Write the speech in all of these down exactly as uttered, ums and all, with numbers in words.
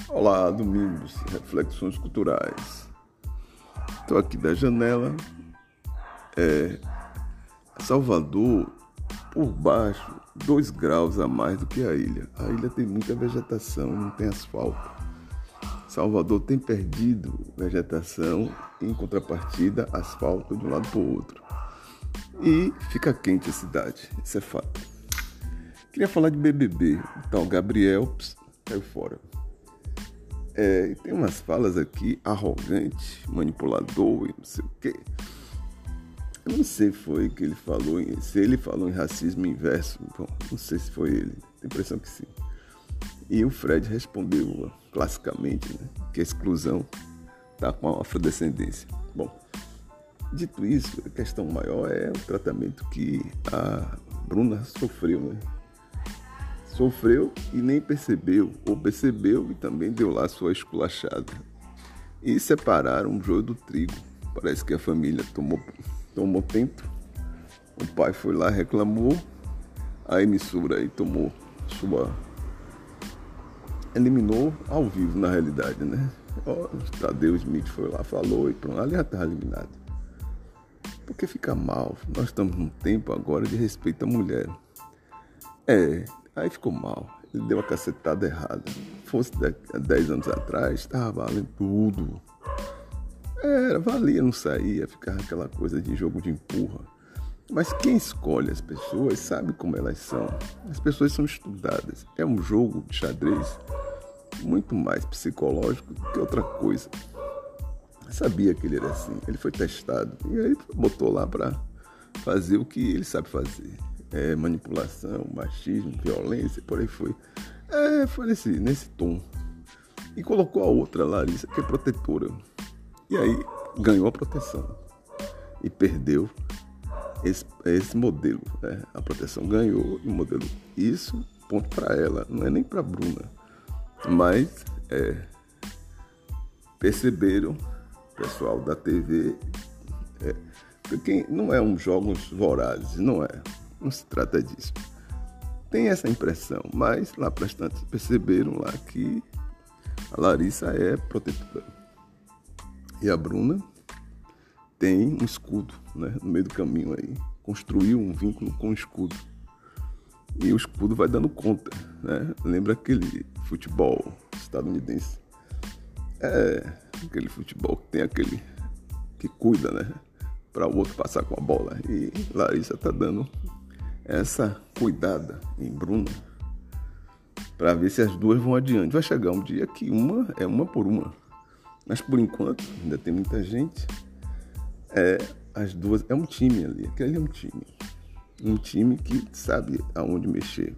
Olá, Domingos, Reflexões Culturais. Estou aqui da janela. É, Salvador, por baixo, dois graus a mais do que a ilha. A ilha tem muita vegetação, não tem asfalto. Salvador tem perdido vegetação, em contrapartida, asfalto de um lado para o outro. E fica quente a cidade, isso é fato. Queria falar de B B B, o tal Gabriel ps, caiu fora. É, tem umas falas aqui, arrogante, manipulador e não sei o quê. Eu não sei se foi que ele falou, em, se ele falou em racismo inverso, bom, não sei se foi ele, tenho a impressão que sim. E o Fred respondeu classicamente, né, que a exclusão está com a afrodescendência. Bom, dito isso, a questão maior é o tratamento que a Bruna sofreu, né? Sofreu e nem percebeu, ou percebeu e também deu lá sua esculachada. E separaram o joio do trigo. Parece que a família tomou, tomou tempo. O pai foi lá, reclamou. A emissora aí tomou sua... Eliminou ao vivo, na realidade, né? O Tadeu Smith foi lá, falou e pronto, ali já estava eliminado. Porque fica mal. Nós estamos num tempo agora de respeito à mulher. É... Aí ficou mal, ele deu a cacetada errada. Fosse dez anos atrás, estava valendo tudo. Era, valia, não saía, ficava aquela coisa de jogo de empurra. Mas quem escolhe as pessoas sabe como elas são. As pessoas são estudadas. É um jogo de xadrez muito mais psicológico do que outra coisa. Eu sabia que ele era assim, ele foi testado. E aí botou lá para fazer o que ele sabe fazer. É, manipulação, machismo, violência, por aí foi. É, foi nesse, nesse tom. E colocou a outra, Larissa, que é protetora. E aí ganhou a proteção. E perdeu esse, esse modelo. Né? A proteção ganhou o modelo. Isso, ponto para ela. Não é nem para Bruna. Mas é, perceberam, pessoal da T V, é, porque não é um jogos vorazes, não é. Não se trata disso. Tem essa impressão, mas lá para as tantas perceberam lá que a Larissa é protetora. E a Bruna tem um escudo, né, no meio do caminho aí. Construiu um vínculo com o escudo. E o escudo vai dando conta, né? Lembra aquele futebol estadunidense? É, aquele futebol que tem aquele que cuida, né? Para o outro passar com a bola. E Larissa está dando essa cuidada em Bruna para ver se as duas vão adiante. Vai chegar um dia que uma é uma por uma. Mas por enquanto, ainda tem muita gente. É, as duas é um time ali. Aquele ali é um time. Um time que sabe aonde mexer.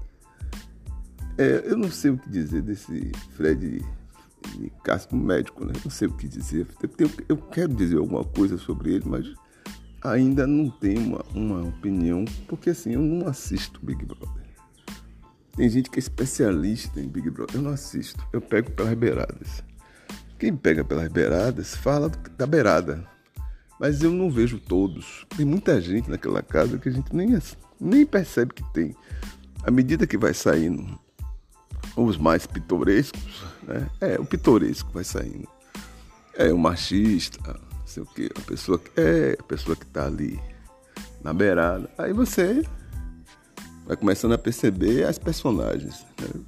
É, eu não sei o que dizer desse Fred e Cássio médico, né? Não sei o que dizer. Eu, eu quero dizer alguma coisa sobre ele, mas ainda não tenho uma, uma opinião, porque assim, eu não assisto Big Brother. Tem gente que é especialista em Big Brother, eu não assisto, eu pego pelas beiradas. Quem pega pelas beiradas fala da beirada, mas eu não vejo todos. Tem muita gente naquela casa que a gente nem, nem percebe que tem. À medida que vai saindo os mais pitorescos, né? É, o pitoresco vai saindo. É, o machista, não sei o que, a pessoa que é, a pessoa que tá ali na beirada. Aí você vai começando a perceber as personagens, né?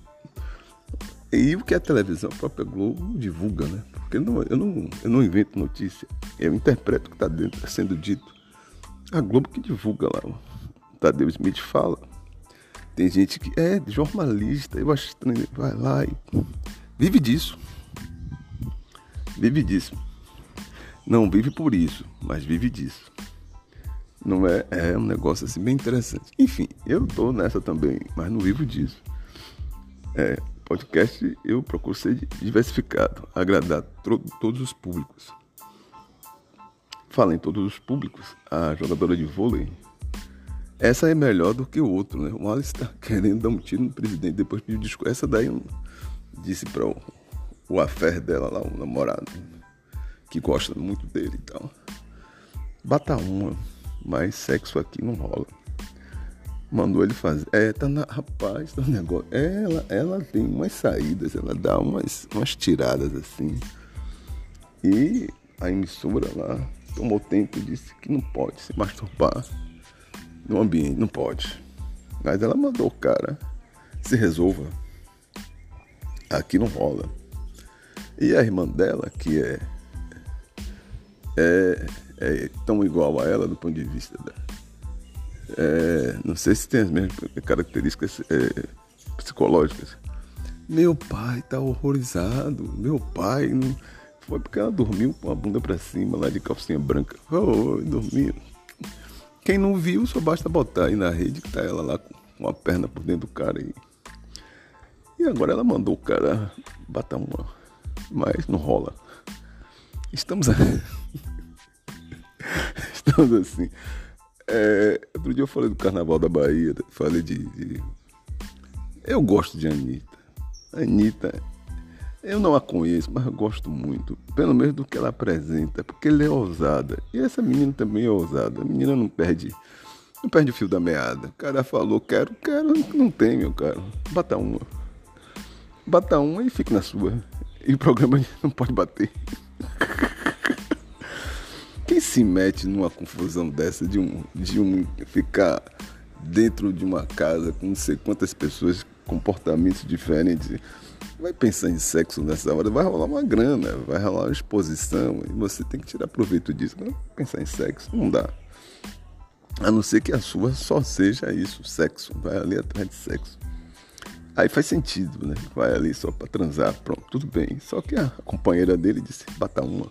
E o que a televisão, a própria Globo, divulga, né? Porque não, eu, não, eu não invento notícia, eu interpreto o que está dentro, sendo dito. A Globo que divulga lá, o Tadeu Smith fala. Tem gente que é jornalista, eu acho estranho, vai lá e vive disso. Vive disso. Não vive por isso, mas vive disso. Não é, é um negócio assim bem interessante. Enfim, eu tô nessa também, mas não vivo disso. É, podcast eu procuro ser diversificado, agradar tro- todos os públicos. Fala em todos os públicos, a jogadora de vôlei, essa é melhor do que o outro, né? O Wallace está querendo dar um tiro no presidente, depois pediu desculpa. Essa daí eu disse para o, o affair dela lá, o namorado, que gosta muito dele e tal. Bata uma, mas sexo aqui não rola. Mandou ele fazer. É, tá na. Rapaz, tá um negócio. Ela, ela tem umas saídas, ela dá umas, umas tiradas assim. E a emissora lá tomou tempo e disse que não pode se masturbar no ambiente, não pode. Mas ela mandou o cara se resolva. Aqui não rola. E a irmã dela, que é, é, é tão igual a ela do ponto de vista da. É, não sei se tem as mesmas características é, psicológicas. Meu pai tá horrorizado. Meu pai não... Foi porque ela dormiu com a bunda pra cima lá de calcinha branca. Oh, dormiu. Quem não viu, só basta botar aí na rede que tá ela lá com a perna por dentro do cara. E, e agora ela mandou o cara bater uma. Mas não rola. Estamos Estamos assim. É, outro dia eu falei do Carnaval da Bahia. Falei de... de... Eu gosto de Anitta. Anitta... Eu não a conheço, mas eu gosto muito. Pelo menos do que ela apresenta. Porque ela é ousada. E essa menina também é ousada. A menina não perde... Não perde o fio da meada. O cara falou, quero, quero. Não tem, meu cara. Bata uma. Bata uma e fique na sua. E o programa não pode bater. Quem se mete numa confusão dessa de um, de um ficar dentro de uma casa com não sei quantas pessoas, comportamentos diferentes, vai pensar em sexo nessa hora, vai rolar uma grana, vai rolar uma exposição e você tem que tirar proveito disso. Não pensar em sexo, não dá. A não ser que a sua só seja isso, sexo, vai ali atrás de sexo. Aí faz sentido, né? Vai ali só pra transar, pronto, tudo bem. Só que a companheira dele disse, bata uma.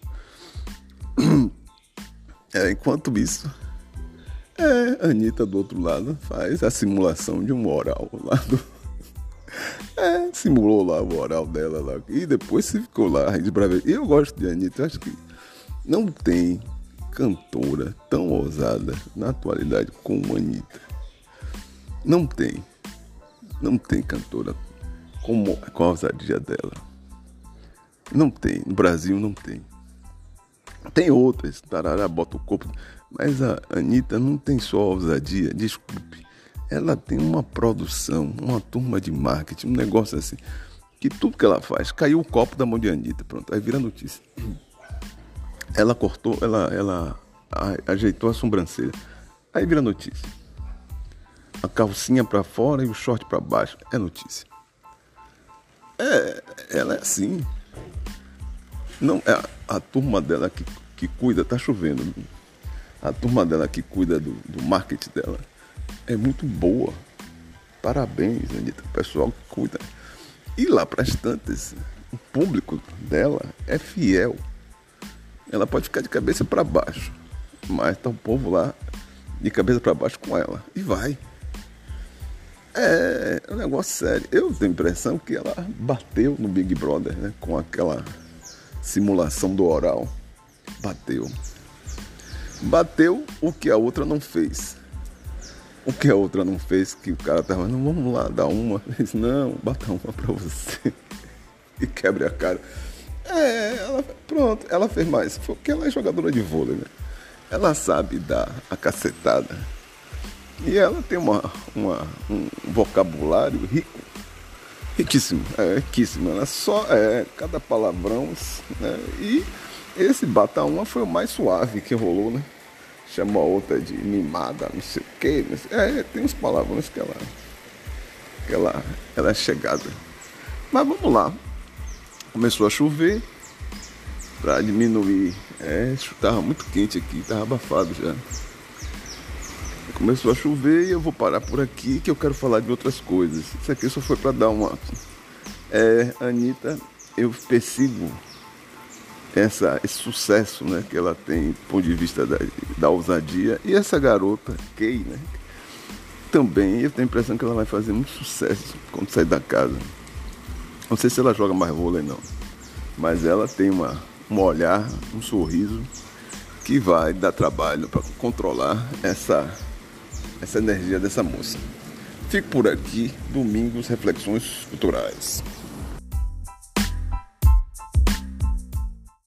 É, enquanto isso, é, a Anitta do outro lado faz a simulação de um oral lá do... É, simulou lá o oral dela lá. E depois se ficou lá, e eu gosto de Anitta, eu acho que não tem cantora tão ousada na atualidade como a Anitta. Não tem. Não tem cantora como, com a ousadia dela. Não tem. No Brasil não tem. Tem outras, tarará, bota o corpo. Mas a Anitta não tem só ousadia, desculpe. Ela tem uma produção, uma turma de marketing, um negócio assim. Que tudo que ela faz, caiu o copo da mão de Anitta, pronto, aí vira notícia. Ela cortou, ela, ela ajeitou a sobrancelha. Aí vira notícia. A calcinha pra fora e o short pra baixo. É notícia. É, ela é assim. Não, é a, a turma dela que, que cuida, tá chovendo. A turma dela que cuida do, do marketing dela é muito boa. Parabéns, Anitta. O pessoal que cuida. E lá pras tantas, o público dela é fiel. Ela pode ficar de cabeça para baixo, mas tá o povo lá de cabeça para baixo com ela. E vai. É, é um negócio sério. Eu tenho a impressão que ela bateu no Big Brother, né? Com aquela simulação do oral. Bateu. Bateu o que a outra não fez. O que a outra não fez, que o cara tava, não, vamos lá, dar uma. Ele disse, não, bata uma pra você. E quebre a cara. É, ela, pronto, ela fez mais. Porque ela é jogadora de vôlei, né? Ela sabe dar a cacetada. E ela tem uma, uma, um vocabulário rico. Riquíssimo, é, riquíssimo. Ela só é cada palavrão, né? E esse bata uma foi o mais suave que rolou, né? Chamou a outra de mimada, não sei o quê. É, tem uns palavrões que ela, que ela, ela é chegada. Mas vamos lá. Começou a chover para diminuir. É, estava muito quente aqui, estava abafado já. Começou a chover e eu vou parar por aqui que eu quero falar de outras coisas. Isso aqui só foi para dar uma... É, Anitta, eu persigo essa, esse sucesso, né, que ela tem do ponto de vista da, da ousadia. E essa garota, Kay, né, também eu tenho a impressão que ela vai fazer muito sucesso quando sair da casa. Não sei se ela joga mais vôlei não, mas ela tem uma, um olhar, um sorriso que vai dar trabalho para controlar essa, essa energia dessa moça. Fico por aqui, domingos, reflexões culturais.